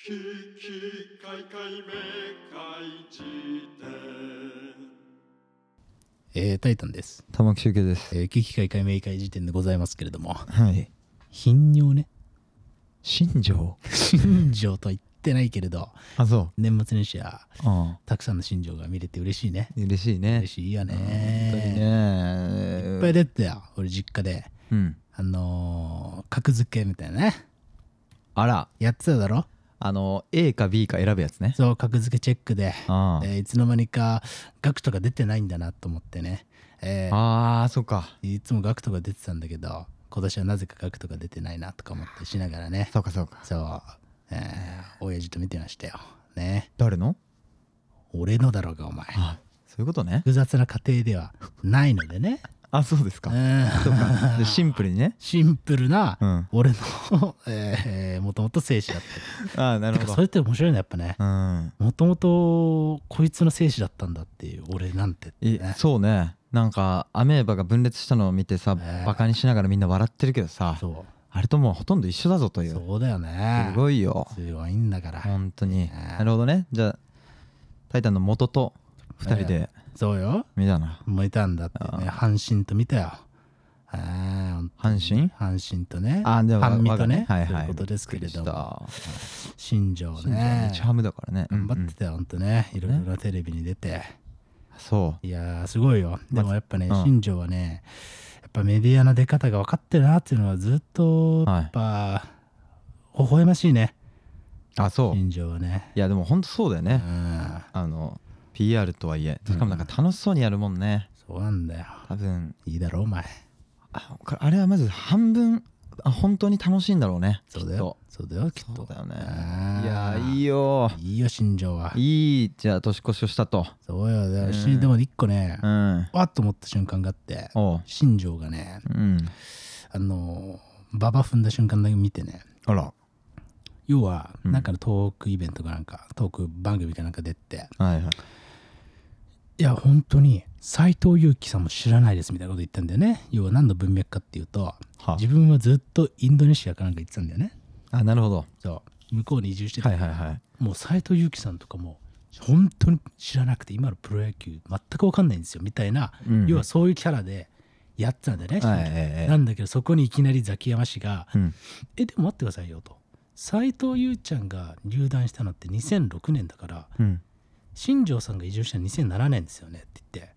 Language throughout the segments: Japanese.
ききかいかいめかいじ典。 タイタンです。 玉木周慶です。 危機開会明快時点でございますけれども、 はい。 頻尿ね。 新庄。 新庄とは言ってないけれど、 あ、そ年末年始はう。 たくさんの新庄が見れて嬉しいね。 嬉しいね。 嬉しいよね。 本当にね。 いっぱい出てたよ、俺実家で。 うん。 格付けみたいなね。 あら、 やってただろ。 A か B か選ぶやつね。 そう、格付けチェックで、 あいつの間にか額とか出てないんだなと思ってね。 あ、そっか。 いつも額とか出てたんだけど、今年はなぜか額とか出てないなとか思ってしながらね。 そうかそうか。 そう、親父と見てましたよ。ね。 誰の？ 俺のだろうがお前。 あ、そういうことね。 複雑な家庭ではないのでね。 あ、そうですか。そうか。でシンプルにね。 シンプルなうん。 俺のもともと精子だった。 ああ、なるほど。 てかそれって面白いねやっぱね。 うん。 もともとこいつの精子だったんだっていう俺なんてってね。 そうね。なんかアメーバが分裂したのを見てさ、バカにしながらみんな笑ってるけどさ、 そう。 あれともうほとんど一緒だぞという。 そうだよね。 すごいよ。 すごいんだから。 本当に。なるほどね。じゃあタイタンの元と2人でそうよ。 見たな。 見たんだってね。阪神と見たよ。 阪神？ 阪神とね。 あ、でも阪神とね。 はいはい。 そういうことですけれども。新庄新庄ね。 日ハムだからね。 頑張ってたよ、ほんとね。いろいろテレビに出て。 そいやー、すごいよ。でもやっぱね、 うん新庄はね、やっぱメディアの出方が分かってるなっていうのはずっと、やっぱ、微笑ましいね。 あ、そう。 新庄はね。 いや、でもほんとそうだよね。PR とはいえ。しかもなんか楽しそうにやるもんね。 そうなんだよ。 多分。 いいだろ、お前。 あれはまず半分、本当に楽しいんだろうね。 そうだよ。そうだよ、きっと。 そうだよね。いや、いいよ。 いいよ、新庄は。 いい、じゃあ年越しをしたと。 そうよ。でも一個ね、わっと思った瞬間があって、新庄がね、馬場踏んだ瞬間だけ見てね。 あら。 要は、なんかのトークイベントかなんか、トーク番組かなんか出て、 はいはい。 いや、本当に、斎藤佑樹さんも知らないですみたいなこと言ったんだよね。要は何の文脈かっていうと、自分はずっとインドネシアかなんか行ってたんだよね。 あ、なるほど。 そう。向こうに移住してた。 はいはいはい。 もう斎藤佑樹さんとかも、本当に知らなくて、今のプロ野球全く分かんないんですよ、みたいな、要はそういうキャラでやってたんだよね。なんだけど、そこにいきなりザキヤマ氏が、でも待ってくださいよと。斎藤佑ちゃんが入団したのって2006年だから、新庄さんが移住したの2007年ですよねって言って、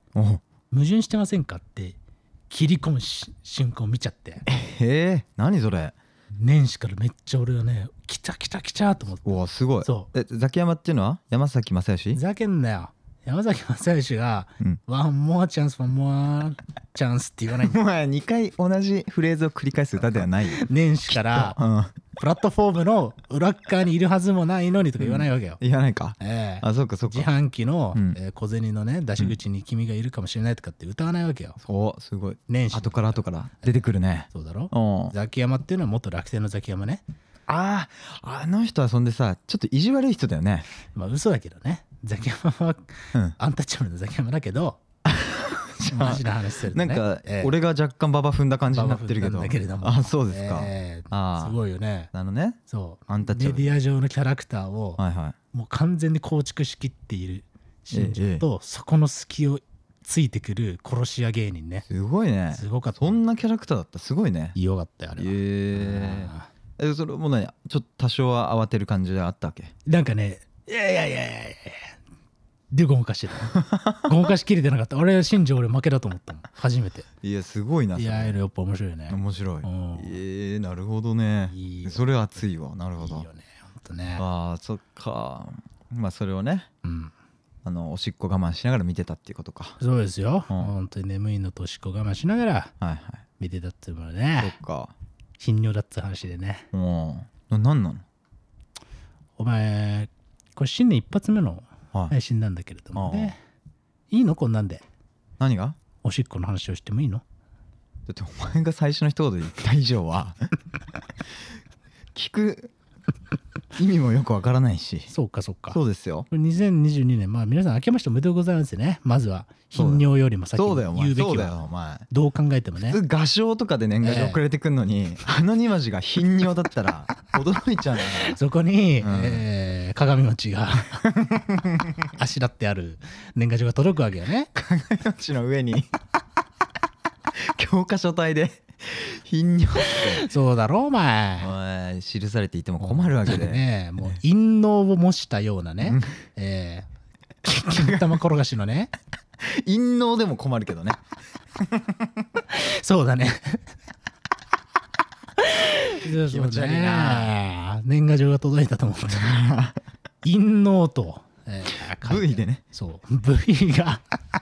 矛盾してませんかって切り込む瞬間を見ちゃって、 何それ。 年始からめっちゃ俺はね、来たと思って。 お、すごい。 そう。 ザキヤマっていうのは山崎正義？ ふざけんなよ。山崎正義が、ワンモアチャンス、ワンモアチャンスって言わないんだよ。 もう2回同じフレーズを繰り返す歌ではないよ。 年始からプラットフォームの裏側にいるはずもないのにとか言わないわけよ。 言わないか。あ、そうかそうか。 自販機の小銭のね出し口に君がいるかもしれないとかって歌わないわけよ。 そう、すごい。 年始後から出てくるね。 そうだろ。ザキヤマっていうのは元楽天のザキヤマね。 あの人はそんでさ、ちょっと意地悪い人だよね。 まあ嘘だけどね。ザキヤマはアンタッチャブルのザキヤマだけど、マジな話するとね。 なんか俺が若干ババ踏んだ感じになってるけど。あ、そうですか。すごいよね。 ね。 そう。 アンタッチャブル。 メディア上のキャラクターをもう完全に構築しきっている新庄と、そこの隙をついてくる殺し屋芸人ね。 すごいね。 すごかった。 そんなキャラクターだった。すごいね。 よかったよあれは。 それも何、ちょっと多少は慌てる感じであったわけ？ なんかね、いやでごまかしてた。ごまかしきれてなかった。俺新庄俺負けだと思ったの初めて。 いや、すごいな。 いや、やっぱ面白いね。 面白い。なるほどね。それは熱いわ。なるほど。いいよね、 ほんとね。 ああ、そっか。まあそれをね、おしっこ我慢しながら見てたっていうことか。 そうですよ。本当に眠いのとおしっこ我慢しながら見てたっていうのはね。 そっか。 頻尿だって話でね。 何なの？ お前、これ新年一発目の配信なんだけれどもね。いいのこんなんで。 何が？ おしっこの話をしてもいいの？ だってお前が最初の一言で言った以上は聞く意味もよくわからないし。 そうかそうか。 そうですよ。 これ2022年、まあ皆さん明けましておめでとうございますね。まずは頻尿よりも先にそうだよお前。 言うべきそうだよはお前。 どう考えてもね。 普通画商とかで年賀状遅れてくんのに、あの2文字が頻尿だったら驚いちゃうんだから。 そこに、 うん鏡餅があしらってある年賀状が届くわけよね。 命の上に教科書体で頻尿ってそうだろお前。 お前記されていても困るわけで、 ね、もう陰謀を模したようなね、金玉転がしのね。 陰謀でも困るけどね。 そうだね。 気持ち悪いな。 年賀状が届いたと思ったら陰謀と、 V でね。 そう V が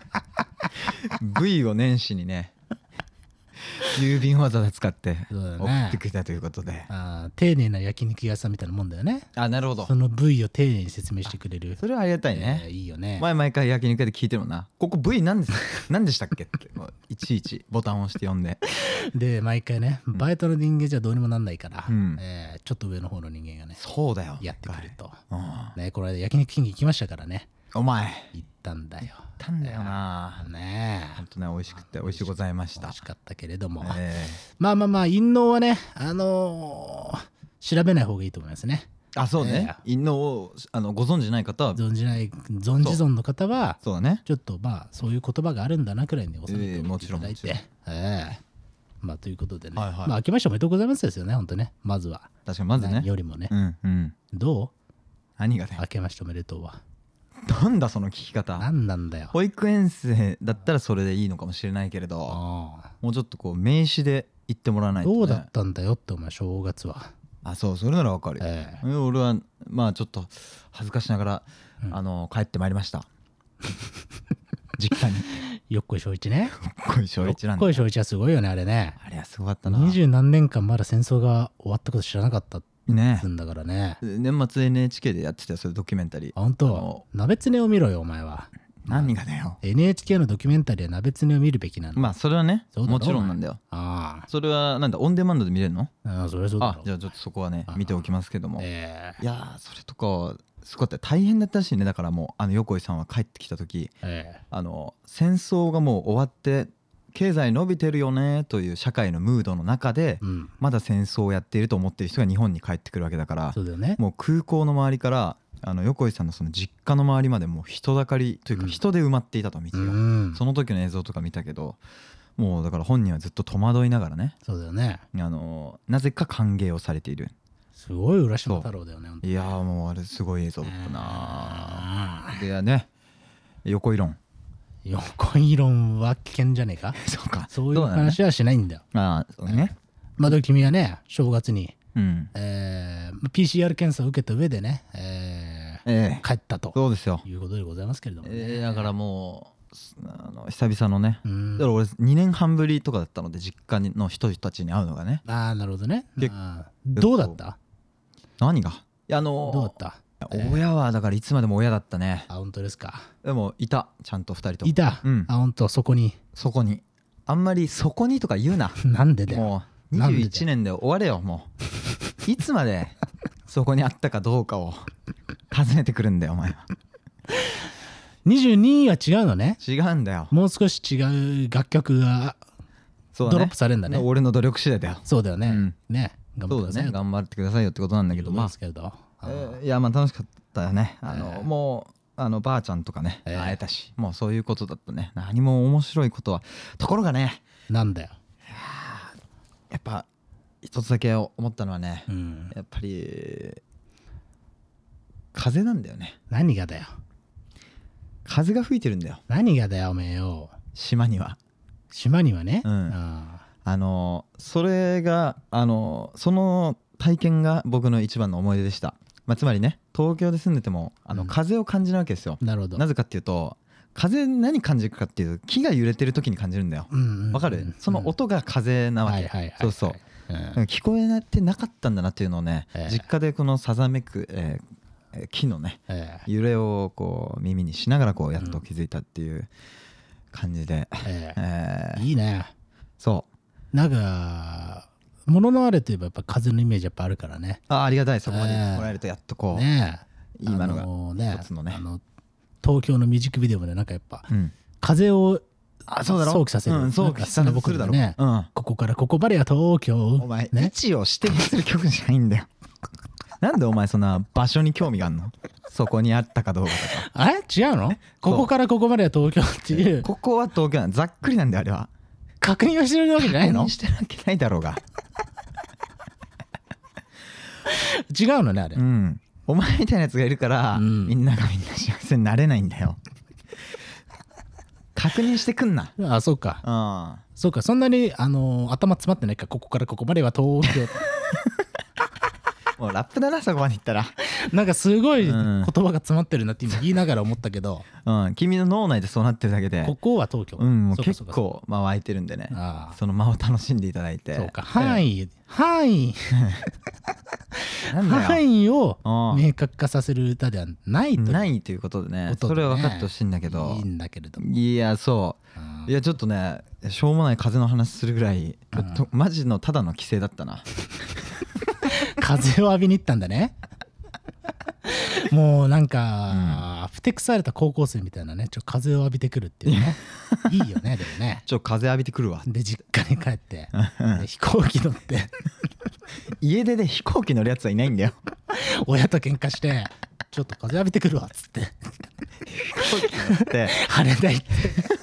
V を年始にね郵便わざわざ使ってそうだね送ってくれたということで、 丁寧な焼肉屋さんみたいなもんだよね。 あ、なるほど。 その部位を丁寧に説明してくれる。 それはありがたいね。 いいよね。 毎回焼肉屋で聞いてるもんな。ここ V 何でしたっけってもういちいちボタンを押して読んで。 で毎回ね、バイトの人間じゃどうにもなんないから、 うんちょっと上の方の人間がねそうだよ。 やってくると、 うんね、この間焼肉キング行きましたからね。 お前行ったんだよ。 行ったんだよな。 ねえ、 ほんとね美味しくて美味しゅうございました美味。しかったけれども、 えまあ陰謀はね調べない方がいいと思いますね。 あ、そうね。陰謀をご存じない方は存じ存の方はそうだね。 ちょっとそういう言葉があるんだなくらいに収めておいていただいもちろんて、ということでね、 はいはい明けましておめでとうございますですよね、本当ね。まずは確かにまずね何よりもね、 うんうん。 ど何がだよう明けましておめでとうはなんだその聞き方。 何なんだよ。 保育園生だったらそれでいいのかもしれないけれど、もうちょっとこう名詞で言ってもらわないとね。 どうだったんだよってお前正月は。 あ、そうそれならわかるよ。俺はまあちょっと恥ずかしながら、帰ってまいりました実家に。 よっこい正一ね。 こい正一なんだ。 よっこい正一はすごいよねあれね。 あれはすごかったな。 20何年間まだ戦争が終わったこと知らなかったねんだからね。 年末 NHK でやってたよそれドキュメンタリー。 本当鍋つねを見ろよお前は。 何がだよ。 NHK のドキュメンタリーは鍋つねを見るべきなの。 まあそれはねそうだろもちろんなんだよ。それはなんだオンデマンドで見れるの？ それはそうだろ。 じゃあちょっとそこはね見ておきますけども、いやーそれとかはすごかった。大変だったらしいね。だからもう横井さんは帰ってきた時、戦争がもう終わって経済伸びてるよねという社会のムードの中で、まだ戦争をやっていると思ってる人が日本に帰ってくるわけだから、 そうだよね。 もう空港の周りから横井さんのその実家の周りまでもう人だかりというか人で埋まっていたと道が、その時の映像とか見たけど、もうだから本人はずっと戸惑いながらね、 そうだよね。 なぜか歓迎をされている。 すごい浦島太郎だよね。 いやーもうあれすごい映像だったな。でね、横井論横井論は危険じゃねえか。 そうか、 そういう話はしないんだよ。 そうね。 まだ君はね正月に、PCR 検査を受けた上でね、帰ったとそうですよいうことでございますけれども、 だからもう久々のね、だから俺2年半ぶりとかだったので実家の人たちに会うのがね。 なるほどね。どうだった？ 何がどうだった？ 親はだからいつまでも親だったね。 本当ですか。 でもいたちゃんと2人ともいた。本当そこにあんまりそこにとか言うな。 なんでだよ。 もう21年で終われよもう。いつまでそこにあったかどうかを尋ねてくるんだよお前は。 22は違うのね。 違うんだよ。 もう少し違う楽曲がドロップされるんだね。 俺の努力次第だよ。 そうだよね。ね、 頑張ってくださいよ。頑張ってくださいよってことなんだけど、いやまあ楽しかったよね。もうばあちゃんとかね会えたし、もうそういうことだったね。何も面白いことは。ところがね、 なんだよ。 やっぱ一つだけ思ったのはね、やっぱり風なんだよね。 何がだよ。 風が吹いてるんだよ。 何がだよおめえよ。 島にはね。それがその体験が僕の一番の思い出でした。つまりね東京で住んでても風を感じるわけですよ。 なるほど。 なぜかっていうと風何感じるかっていうと木が揺れてる時に感じるんだよ。わかる？その音が風なわけ。そうそう。聞こえてなかったんだなっていうのをね、実家でこのさざめく木のね揺れをこう耳にしながらこうやっと気づいたっていう感じで、 いいね。 そうなんか物のあれといえばやっぱ風のイメージやっぱあるからね。 ありがたい。そこまで言ってもらえるとやっとこう、今のが一つのね、 東京のミュージックビデオもね、なんかやっぱ風を想起させる、 想起させるだろね。 ここからここまでは東京。 お前位置を指定する曲じゃないんだよ。なんでお前そんな場所に興味があるの？そこにあったかどうかとか。 あれ違うの？ここからここまでは東京っていう。 ここは東京なんざっくりなんだよあれは。 確認をしてるわけじゃないの？ 確認してるわけないだろうが。 違うのねあれ。 お前みたいなやつがいるから、みんながみんな幸せになれないんだよ。確認してくんな。 あ、そうか。そうか、そんなに頭詰まってないか。ここからここまでは東京。 もうラップだなそこまで言ったら。 なんかすごい言葉が詰まってるなって今言いながら思ったけど、 君の脳内でそうなってるだけで、 ここは東京。 もう結構間湧いてるんでね、その間を楽しんでいただいて。 そうか、範囲を明確化させる歌ではないということでね、それは分かってほしいんだけど。 いいんだけれども。 いやそういやちょっとね、しょうもない風の話するぐらいマジのただの規制だったな。 風を浴びに行ったんだね。もうなんかふてくされた高校生みたいなね、風を浴びてくるっていうね。いいよねでもね。 風浴びてくるわ。 で実家に帰って飛行機乗って家出で飛行機乗るやつはいないんだよ。 親と喧嘩してちょっと風浴びてくるわっつって飛行機乗って羽田行って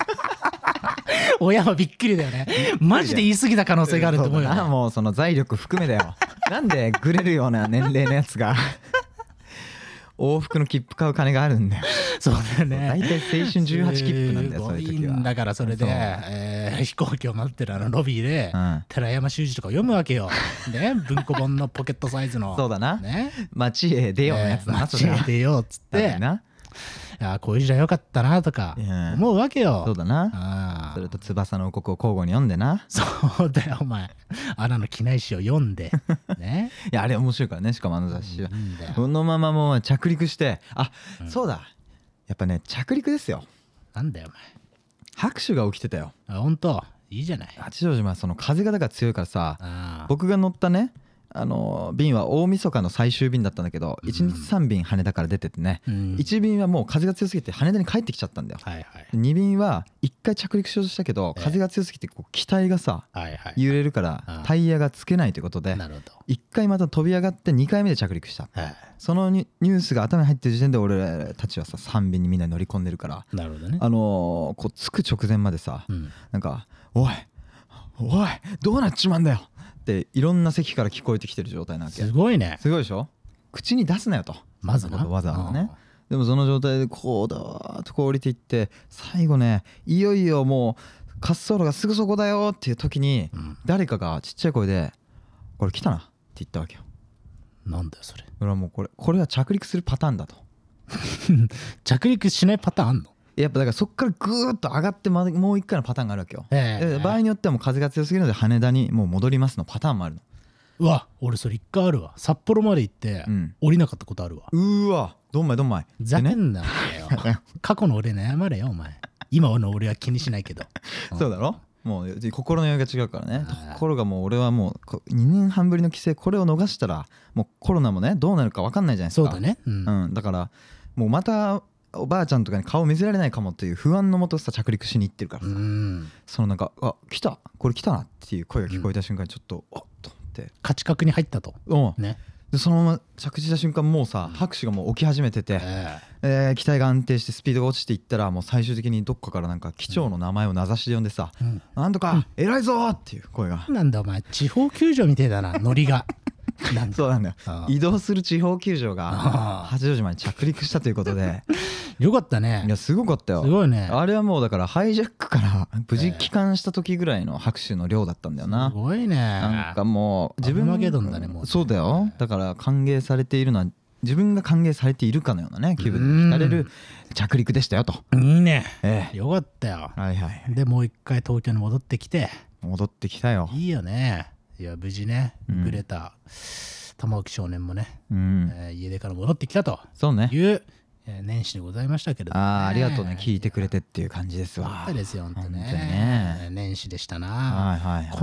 親はびっくりだよね。マジで言い過ぎた可能性があると思うよね。 もうその財力含めだよ。なんでグレるような年齢のやつが往復の切符買う金があるんだよ。 そうだよね。 大体青春18切符なんだよそういう時は。 だからそれで飛行機を待ってるロビーで寺山修司とか読むわけよ。ね、文庫本のポケットサイズの。 そうだな。街へ出ようのやつだな。 街へ出ようっつって。いやこういう時代よかったなとか思うわけよ。 そうだな。それと翼の王国を交互に読んでな。 そうだよお前。アナの機内誌を読んでね。 いやあれ面白いからね。しかも雑誌はこのままもう着陸して、そうだやっぱね着陸ですよ。 なんだよお前。 拍手が起きてたよ。 本当いいじゃない。 八丈島その風がだから強いからさ、僕が乗ったね便は大晦日の最終便だったんだけど、1日3便羽田から出ててね、1便はもう風が強すぎて羽田に帰ってきちゃったんだよ。2便は1回着陸しようとしたけど風が強すぎて機体がさ揺れるからタイヤがつけないということで1回また飛び上がって2回目で着陸した。そのニュースが頭に入ってる時点で俺たちはさ3便にみんな乗り込んでるから、こう着く直前までさなんか「おいどうなっちまうんだよ」っていろんな席から聞こえてきてる状態なわけ。すごいね。 すごいでしょ。口に出すなよとまずなわざわざね。でもその状態でこうだーっとこう降りていって最後ねいよいよもう滑走路がすぐそこだよっていう時に誰かがちっちゃい声で「これ来たな」って言ったわけよ。 なんだよそれ。 俺はもうこれは着陸するパターンだと。 着陸しないパターンあんの？ やっぱだからそっからぐーっと上がってもう一回のパターンがあるわけよ。場合によってはもう風が強すぎるので羽田にもう戻りますのパターンもあるの。 うわ俺それ一回あるわ。札幌まで行って降りなかったことあるわ。 うわどんまいざけんなよ。過去の俺に謝れよお前。今の俺は気にしないけど。 そうだろ。もう心の余裕が違うからね。ところがもう俺はもう2年半ぶりの規制これを逃したらもうコロナもねどうなるか分かんないじゃないですか。 そうだね。 だからもうまたおばあちゃんとかに顔見せられないかもっていう不安のもとさ着陸しに行ってるからさ、そのなんか来たこれ来たなっていう声が聞こえた瞬間にちょっとと思って価値格に入ったと。 ね。でそのまま着地した瞬間もうさ拍手がもう起き始めてて、機体が安定してスピードが落ちていったらもう最終的にどっかからなんか機長の名前を名指しで呼んでさ「なんとか偉いぞ!」っていう声が。 なんだお前地方球場みてえだなノリが。 そうなんだよ。移動する地方球場が八丈島に着陸したということでよかったね。 いやすごかったよ。 すごいね。 あれはもうだからハイジャックから無事帰還した時ぐらいの拍手の量だったんだよな。 すごいね。 なんかもう自分のゲドンだねもう。 そうだよ。だから歓迎されているのは自分が歓迎されているかのようなね気分で浸れる着陸でしたよと。 いいね。よかったよ。でもう一回東京に戻ってきて。 戻ってきたよ。 いいよね。いや無事ねグレタ玉置少年もね家出から戻ってきたという年始でございましたけれども。 ありがとうね聞いてくれてっていう感じですわ。 そうですよ本当ね。年始でしたな。こん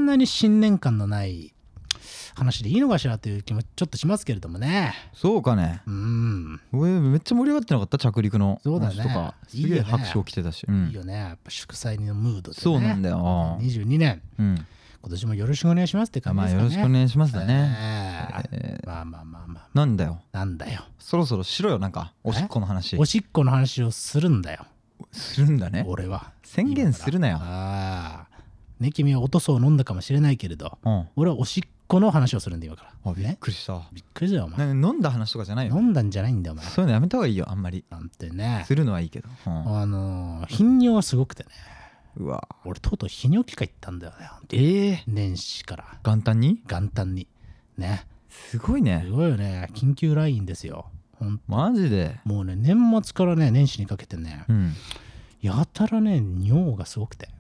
んなに信念感のない話でいいのかしらという気もちょっとしますけれどもね。 そうかね。めっちゃ盛り上がってなかった着陸の話とか。すげえ拍手起きてたし。 いいよね。やっぱ祝祭のムードでね。 そうなんだよ。 22年。今年もよろしくお願いしますって感じですかね。 よろしくお願いしますだね。 まあまあまあまあ。 なんだよ。そろそろしろよ、なんかおしっこの話。 おしっこの話をするんだよ。 するんだね。 俺は。 宣言するなよ。 ね、君はおとそを飲んだかもしれないけれど、俺はおしっこの話をするんだ今から。 びっくりした。 びっくりしたよお前。 飲んだ話とかじゃないよ。 飲んだんじゃないんだよお前。 そういうのやめた方がいいよ、あんまり。 なんてね。 するのはいいけど。 頻尿はすごくてね。 うわ。 俺とうとう泌尿器科行ったんだよね。年始から。元旦にね。 すごいね。 すごいよね。緊急来院ですよ。 マジで。 もうね、年末からね、年始にかけてね、やたらね、尿がすごくて。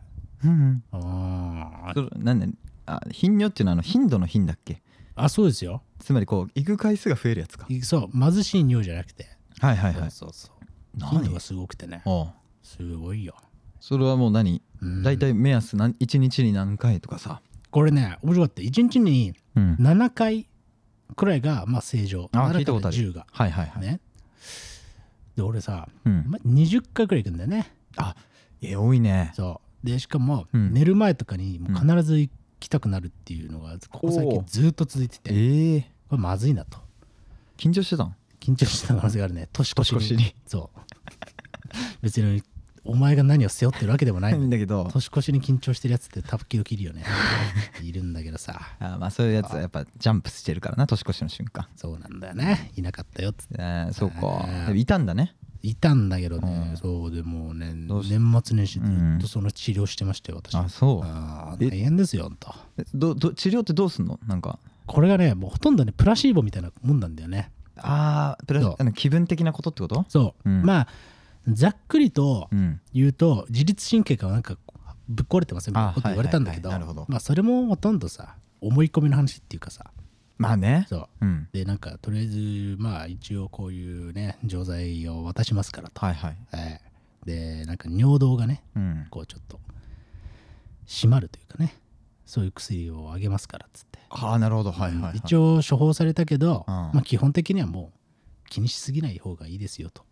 なんで頻尿っていうのは頻度の頻だっけ？ そうですよ。 つまりこう行く回数が増えるやつか。 そう、貧しい尿じゃなくて。そう頻度がすごくてね。すごいよ。 それはもうだいたい目安1日に何回とかさ。 これね、面白かった。1日に7回くらいがまあ正常。 聞いたことある。 10が。ね。で、俺さ、20回くらい行くんだよね。 多いね。 そうでしかも寝る前とかにもう必ず行きたくなるっていうのがここ最近ずっと続いてて、これまずいなと。 緊張してたん？ 緊張してた可能性があるね。年越しに。そう別にお前が何を背負ってるわけでもないんだけど、年越しに緊張してるやつって時々いるよね。いるんだけどさ。 まあそういうやつはやっぱジャンプしてるからな、年越しの瞬間。 そうなんだよね。いなかったよっつって。 そうか。いたんだね。 いたんだけどね。そうでもうね、年末年始ずっとその治療してましたよ私。大変ですよと。 治療ってどうすんの？なんかこれがね、もうほとんどねプラシーボみたいなもんなんだよね。 気分的なことってこと？ そう。まあざっくりと言うと自律神経がなんかぶっ壊れてますよみたいなこと言われたんだけど、まあそれもほとんどさ思い込みの話っていうかさ。 まあね。 そう。でなんかとりあえずまあ一応こういうね錠剤を渡しますからと。でなんか尿道がね、こうちょっと締まるというかね、そういう薬をあげますからっつって。 なるほど。 一応処方されたけど、まあ基本的にはもう気にしすぎない方がいいですよと。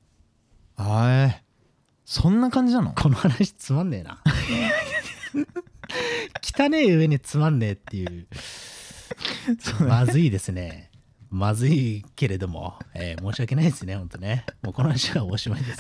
そんな感じなの？ この話つまんねえな。汚ねえ上につまんねえっていう。まずいですね。まずいけれども、申し訳ないですね本当ね。もうこの話はおしまいです。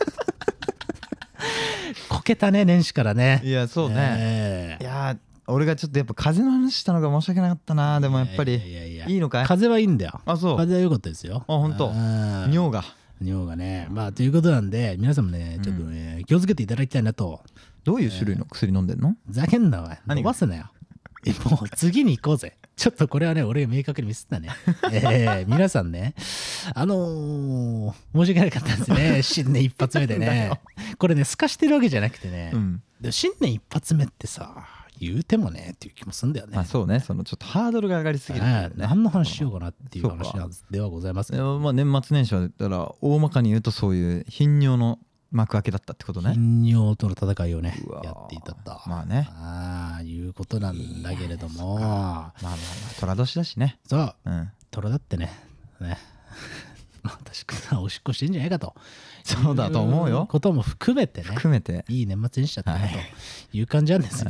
こけたね年始からね。 いやそうね。いや俺がちょっとやっぱ風邪の話したのが申し訳なかったな。でもやっぱりいいのかい？ 風邪はいいんだよ。 そう。 風邪は良かったですよ。 本当。尿がね。まあということなんで皆さんもねちょっとね気をつけていただきたいなと。 どういう種類の薬飲んでんの？ ざけんなお前。伸ばすなよ。もう次に行こうぜ。ちょっとこれはね俺が明確にミスったね。皆さんね申し訳なかったですね。新年一発目でね。これねすかしてるわけじゃなくてね、でも新年一発目ってさ言うてもねっていう気もするんだよね。 そうね。そのちょっとハードルが上がりすぎる、 何の話しようかなっていう話ではございますけど、 まあ年末年始はだから大まかに言うとそういう頻尿の幕開けだったってことね。 頻尿との戦いをねやっていたと。 まあね。 いうことなんだけれども、 まあ寅年だしね。 そう。寅だってね。確かさおしっこしてんじゃないかと。 そうだと思うよ。 ことも含めてね。いい年末にしちゃったなという感じなんですが、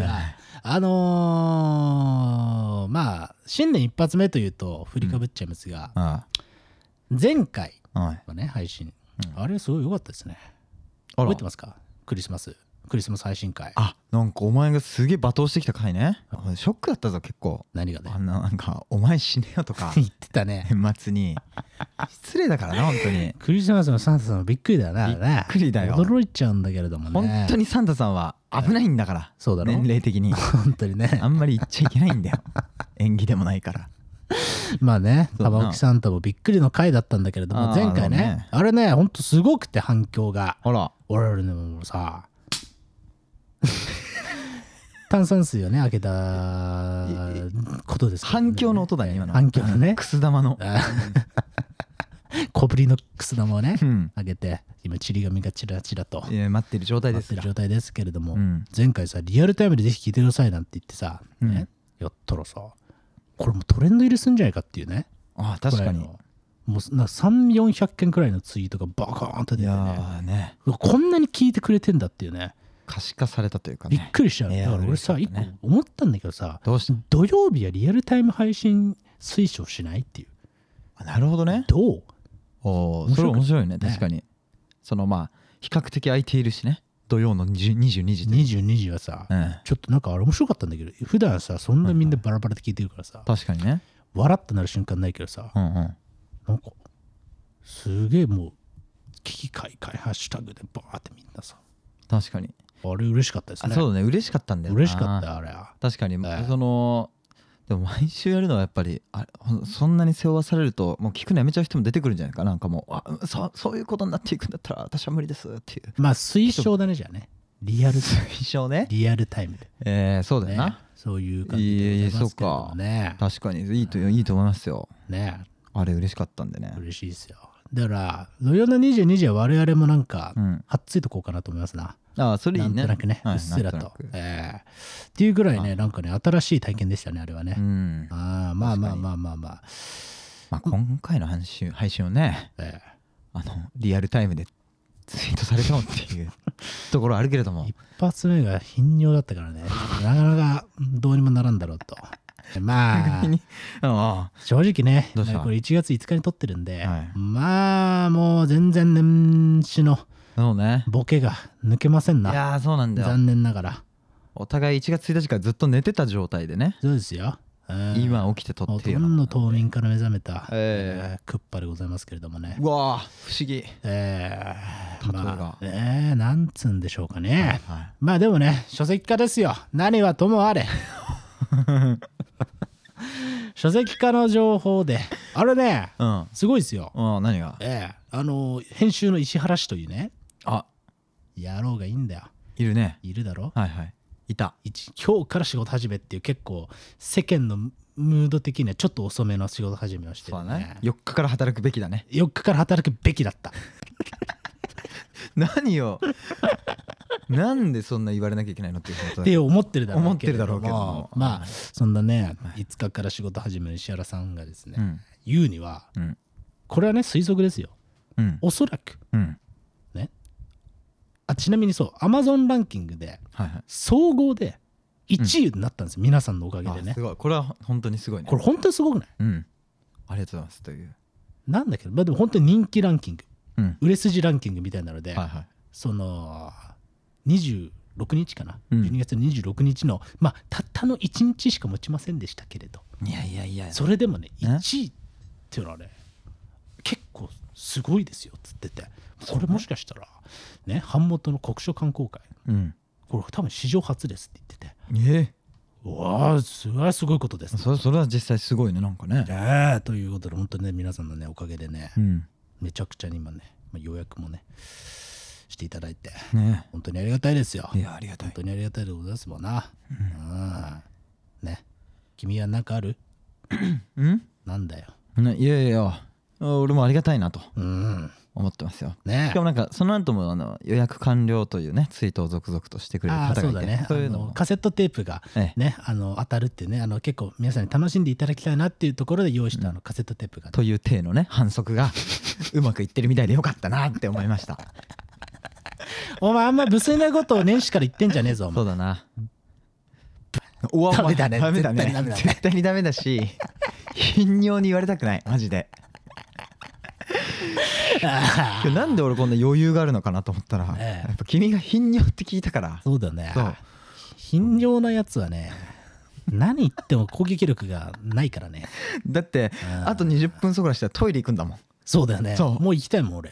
まあ新年一発目というと振りかぶっちゃいますが、前回のね配信あれすごい良かったですね。覚えてますか？クリスマス配信会。 なんかお前がすげえ罵倒してきた回ね。ショックだったぞ結構。 何がね。 なんかお前死ねよとか言ってたね。 年末に失礼だからな本当に。 クリスマスのサンタさんもびっくりだよな。 びっくりだよ。 驚いちゃうんだけれどもね。 本当にサンタさんは危ないんだから。 そうだろ。 年齢的に。 本当にね。 あんまり言っちゃいけないんだよ。演技でもないから。 まあね、タバオキサンタもびっくりの回だったんだけれども、前回ね、あれね、ほんとすごくて反響が。俺らねもさ炭酸水をね開けたことですからね。 反響の音だね今の。 反響のね。 くす玉の小ぶりのくす玉をね開けて今ちり紙がチラチラと待ってる状態ですけれども、前回さリアルタイムでぜひ聞いてくださいなんて言ってさ、 やったらさ、これもトレンド入りすんじゃないかっていうね。 あ、確かに。 もう3、400件くらいのツイートがバカーンと出てね、こんなに聞いてくれてんだっていうね。 可視化されたというかね。 びっくりしちゃう。だから俺さ、一個思ったんだけどさ、土曜日はリアルタイム配信推奨しないっていう。 なるほどね。 どう？ それ面白いね。確かに。そのまあ比較的空いているしね。土曜の22時で。 22時はさ、ちょっとなんかあれ面白かったんだけど、普段さ、そんなみんなバラバラで聞いてるからさ、 確かにね。 笑ってなる瞬間ないけどさ、なんかすげえもう危機開会ハッシュタグでバーってみんなさ、 確かにあれ嬉しかったですね。 そうだね、嬉しかったんだよな。 嬉しかったあれは。 確かに、そのでも毎週やるのはやっぱりそんなに背負わされるともう聞くのやめちゃう人も出てくるんじゃないか。なんかもうそういうことになっていくんだったら私は無理ですっていう。 まあ推奨だね。じゃあね、リアル推奨ね、 リアルタイムでそうだよな、 そういう感じでございますけどもね。 確かにいいと思いますよね。 あれ嬉しかったんでね。 嬉しいですよ。だから土曜の22時は我々もなんかはっついとこうかなと思いますな。 それいいね。 なんとなくね、うっすらと。っていうぐらいね、なんかね、新しい体験でしたね、あれはね。まあ今回の配信をね、リアルタイムでツイートされてもっていうところあるけれども、 一発目が頻尿だったからね、なかなかどうにもならんだろうと。まあ正直ね、これ1月5日に撮ってるんで、まあもう全然年始のボケが抜けませんな。 いやそうなんだよ。 残念ながらお互い1月1日からずっと寝てた状態でね。 そうですよ。 今起きて撮ってるような。 ほとんど冬眠から目覚めたクッパでございますけれどもね。 うわ不思議。 まあなんつうんでしょうかね。まあでもね、書籍化ですよ。何はともあれ。書籍化の情報であれね、すごいですよ。 何が？ 編集の石原氏というね、 野郎がいいんだよ。 いるね。 いるだろ。 いた。 今日から仕事始めっていう結構世間のムード的にはちょっと遅めの仕事始めをしてるね。 4日から働くべきだね。 4日から働くべきだった。 何よ。なんでそんな言われなきゃいけないのっていうことって思ってるだろうけど、 まあそんなね、5日から仕事始める石原さんがですね、言うには、これはね推測ですよ。おそらくね、ちなみにそう Amazon ランキングで総合で1位になったんですよ、皆さんのおかげでね。 すごい。これは本当にすごいね。 これ本当にすごくない？ ありがとうございますという。 なんだけど、まあでも本当に人気ランキング、売れ筋ランキングみたいなので、その26日かな、12月26日のまあたったの1日しか持ちませんでしたけれど、 いやそれでもね1位っていうのはね結構すごいですよっつってて、これもしかしたらね版元の国書観光会、これ多分史上初ですって言ってて、うわあすごいことです。 それは実際すごいね、なんかね。 ということで本当にね皆さんのねおかげでね、めちゃくちゃに今ね予約もねしていただいて、本当にありがたいですよ。 いやありがたい。 本当にありがたいでございますもんな。ね、君は何かある？なんだよ。 いや俺もありがたいなと思ってますよ。しかもなんかその後も予約完了というねツイートを続々としてくれる方がいて、 そういうのカセットテープがね当たるっていうね、結構皆さんに楽しんでいただきたいなっていうところで用意したカセットテープがという体のね反則がうまくいってるみたいでよかったなって思いました。 お前あんま無粋なことを年始から言ってんじゃねえぞ。 そうだな。 ダメだね。 絶対にダメだし、頻尿に言われたくないマジで。今日なんで俺こんな余裕があるのかなと思ったら、やっぱ君が頻尿って聞いたから。 そうだね。頻尿なやつはね、何言っても攻撃力がないからね。 だってあと20分そこらしたらトイレ行くんだもん。 そうだよね。もう行きたいもん俺。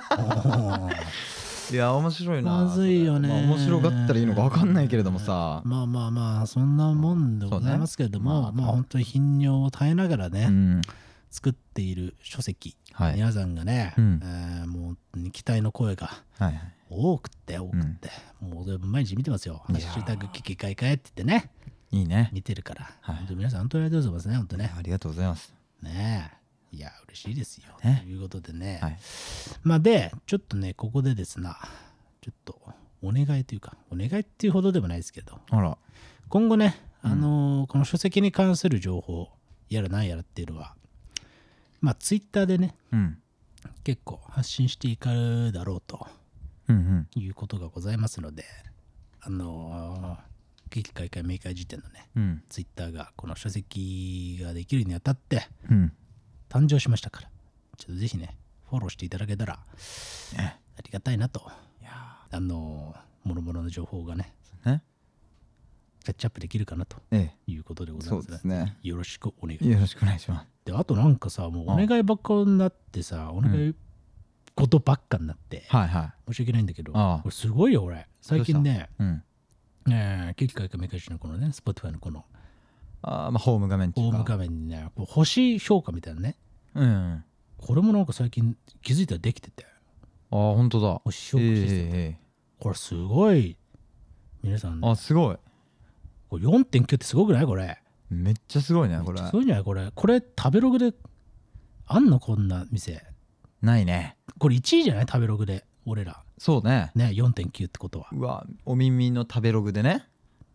いや面白いな。 まずいよね。 面白がったらいいのか分かんないけれどもさ、 まあそんなもんでございますけれども、まあ本当に頻尿を耐えながらね作っている書籍、皆さんがねもう期待の声が多くてもう毎日見てますよ。ハッシュタグ危機開会って言ってね、 いいね見てるから、皆さん本当にありがとうございますね。本当ね、 ありがとうございますね。いや嬉しいですよ、ということでね、まあでちょっとねここでですな、ちょっとお願いというか、お願いっていうほどでもないですけど、今後ねこの書籍に関する情報やらなんやらっていうのはまあツイッターでね、結構発信していくだろうということがございますので、景気開会明快時点のね、ツイッターがこの書籍ができるにあたって、誕生しましたから、ちょっとぜひねフォローしていただけたらありがたいなと。もろもろの情報がねキャッチアップできるかなということでございますね。 そうですね。 よろしくお願いします。 で、あとなんかさ、もうお願いばっかになってさ、お願いことばっかになって、申し訳ないんだけど、これすごいよ俺。最近ね、景気開会明快時のこのね、Spotify のこのホーム画面ホーム画面にね、星評価みたいなね、これもなんか最近気づいたらできてて、 本当だ。 星評価システム。これすごい、皆さん、 すごい。 これ 4.9 ってすごくないこれ。 めっちゃすごいね、これ。 すごいんじゃないこれ。これ食べログであんのこんな店。 ないね。 これ1位じゃない食べログで、俺ら。 そうね。 4.9 ってことは。 うわ、お耳の食べログでね。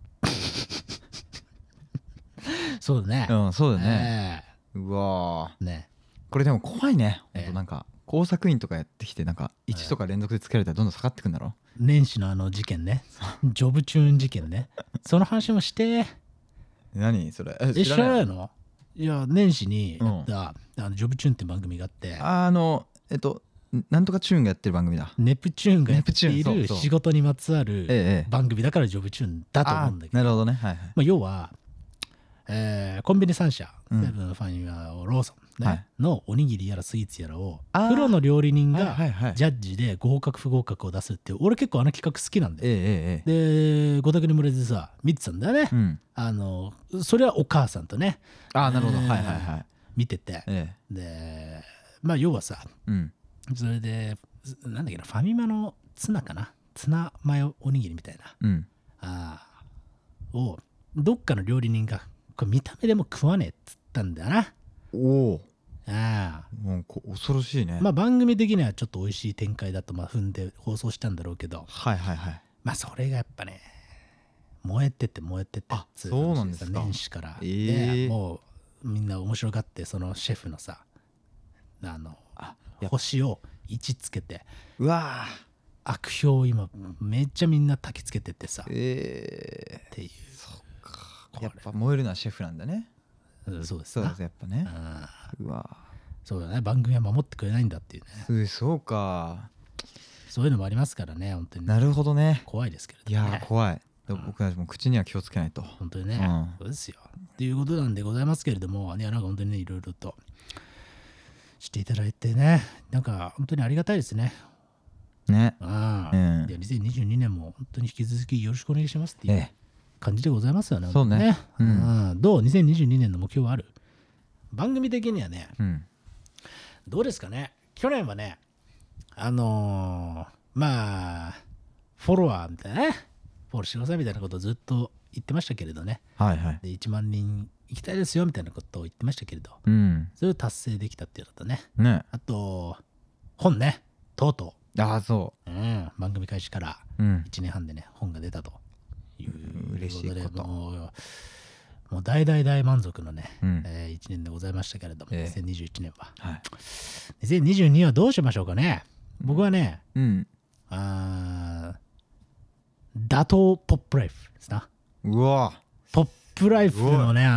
そうだね。 そうだね。うわね。 これでも怖いね。なんか工作員とかやってきてなんか1とか連続でつけられたらどんどん下がってくんだろ。 年始の事件ね。ジョブチューン事件ね。その話もして。 何それ。 知らないの？いや、年始にやったジョブチューンって番組があって。 なんとかチューンがやってる番組だ。 ネプチューンがやっている仕事にまつわる番組だからジョブチューンだと思うんだけど。 なるほどね。 要は、コンビニ3社、セブン、ファミマ、ローソンのおにぎりやらスイーツやらをプロの料理人がジャッジで合格不合格を出すっていう、俺結構企画好きなんで、で五択に群れてさ見てたんだよね。それはお母さんとね、 なるほど、 見てて、で要はさ、それでなんだっけな、ファミマのツナかな、ツナマヨおにぎりみたいな、をどっかの料理人がこれ見た目でも食わねえっつったんだよな。もう恐ろしいね。 番組的にはちょっと美味しい展開だと踏んで放送したんだろうけど、それがやっぱね燃えててそうなんですか。 年始から、でもうみんな面白がって、そのシェフのさ星を1つけて、 うわ悪評今めっちゃみんな焚きつけててさ、っていう。 やっぱ燃えるのはシェフなんだね。 そうですやっぱね。うわそうだね、番組は守ってくれないんだっていうね。 そうか。 そういうのもありますからね、本当に。 なるほどね。 怖いですけれどね。いや怖い。僕はもう口には気をつけないと。 本当にね。そうですよ。っていうことなんでございますけれども、なんか本当にね、いろいろとしていただいてね、なんか本当にありがたいですね。 ね。 2022年も本当に引き続きよろしくお願いしますっていう感じでございますよね。 そうね。 どう ?2022 年の目標はある？番組的にはね、どうですかね。去年はね、フォロワーみたいなね、フォローしてくださいみたいなことをずっと言ってましたけれどね。で、1万人行きたいですよみたいなことを言ってましたけれど、それを達成できたっていうのとね。あと、本ね、とうとう。 そう。 番組開始から1年半でね、本が出たという嬉しいこと。 もう大満足のね、1年でございましたけれども、2021年は。2022はどうしましょうかね。僕はね、打倒ポップライフですな。 うわポップライフのね、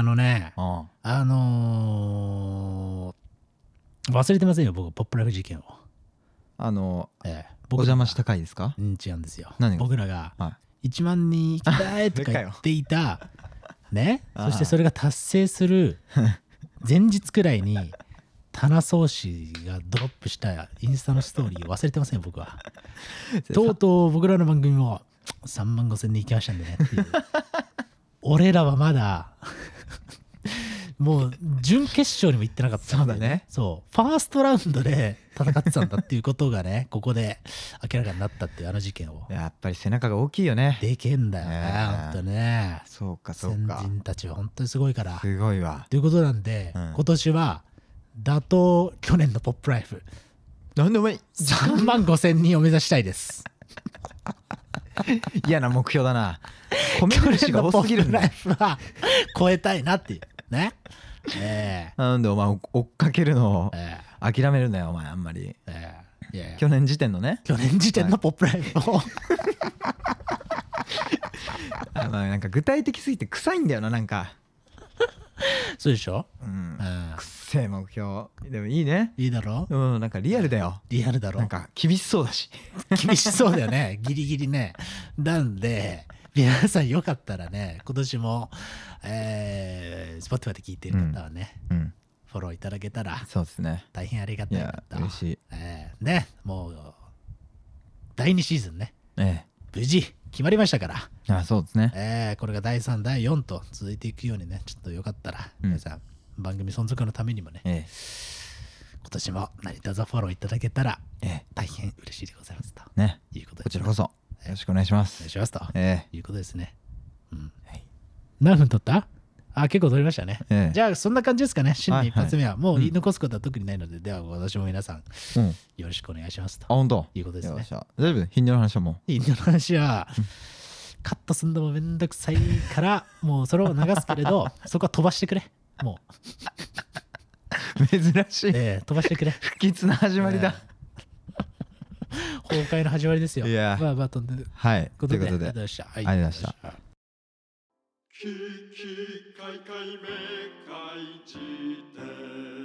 忘れてませんよ、僕、ポップライフ事件を。 お邪魔した回ですか？ 違うんですよ。僕らが1万人行きたいとか言っていたね、そしてそれが達成する前日くらいに棚宗氏がドロップしたインスタのストーリー忘れてませんよ、僕は。とうとう僕らの番組も3万5千人行きましたんでねっていう。俺らはまだもう準決勝にも行ってなかった。 そうだね。 そう、ファーストラウンドで戦ってたんだっていうことがね、ここで明らかになったっていう事件を。 やっぱり背中が大きいよね。 でけんだよね、ほんとね。 そうか。 先人たちは本当にすごいから。 すごいわ。 ということなんで、今年は打倒去年のポップライフ。 なんでお前 3万5千人を目指したいです。 嫌な目標だな。米印が多すぎるんだ。 ライフは超えたいなっていうね。 なんでお前追っかけるのを諦めるんだよお前あんまり。 いや去年時点のね。 去年時点のポップライフをまあなんか具体的すぎて臭いんだよななんか。 そうでしょ。 くっせえ目標。でもいいね。 いいだろ。 なんかリアルだよ。 リアルだろ。 なんか厳しそうだし。 厳しそうだよね。ギリギリね。なんで皆さんよかったらね、今年もSpotify で聞いてる方はね、フォローいただけたらそうですね。 大変ありがたいなと。 嬉しい。 ね、もう第2シーズンね、無事決まりましたから。 そうですね。 これが第3、第4と続いていくようにね、ちょっとよかったら皆さん番組存続のためにもね、今年も成田座フォローいただけたら大変嬉しいでございますと。 ね。 いうことで。 こちらこそよろしくお願いします。 お願いしますと。いうことですね。何分撮った？結構撮りましたね。じゃあそんな感じですかね。新年一発目はもう言い残すことは特にないので、では私も皆さんよろしくお願いしますと。 本当。 いうことですね。 大丈夫？頻尿の話はもう。 頻尿の話はカットすんのもめんどくさいからもうそれを流すけれどそこは飛ばしてくれ。もう珍しい。 飛ばしてくれ。 不吉な始まりだ。 崩壊の始まりですよ。まあ飛んでる。 はい。 ということでありがとうございました。 ききかいかいめかいじて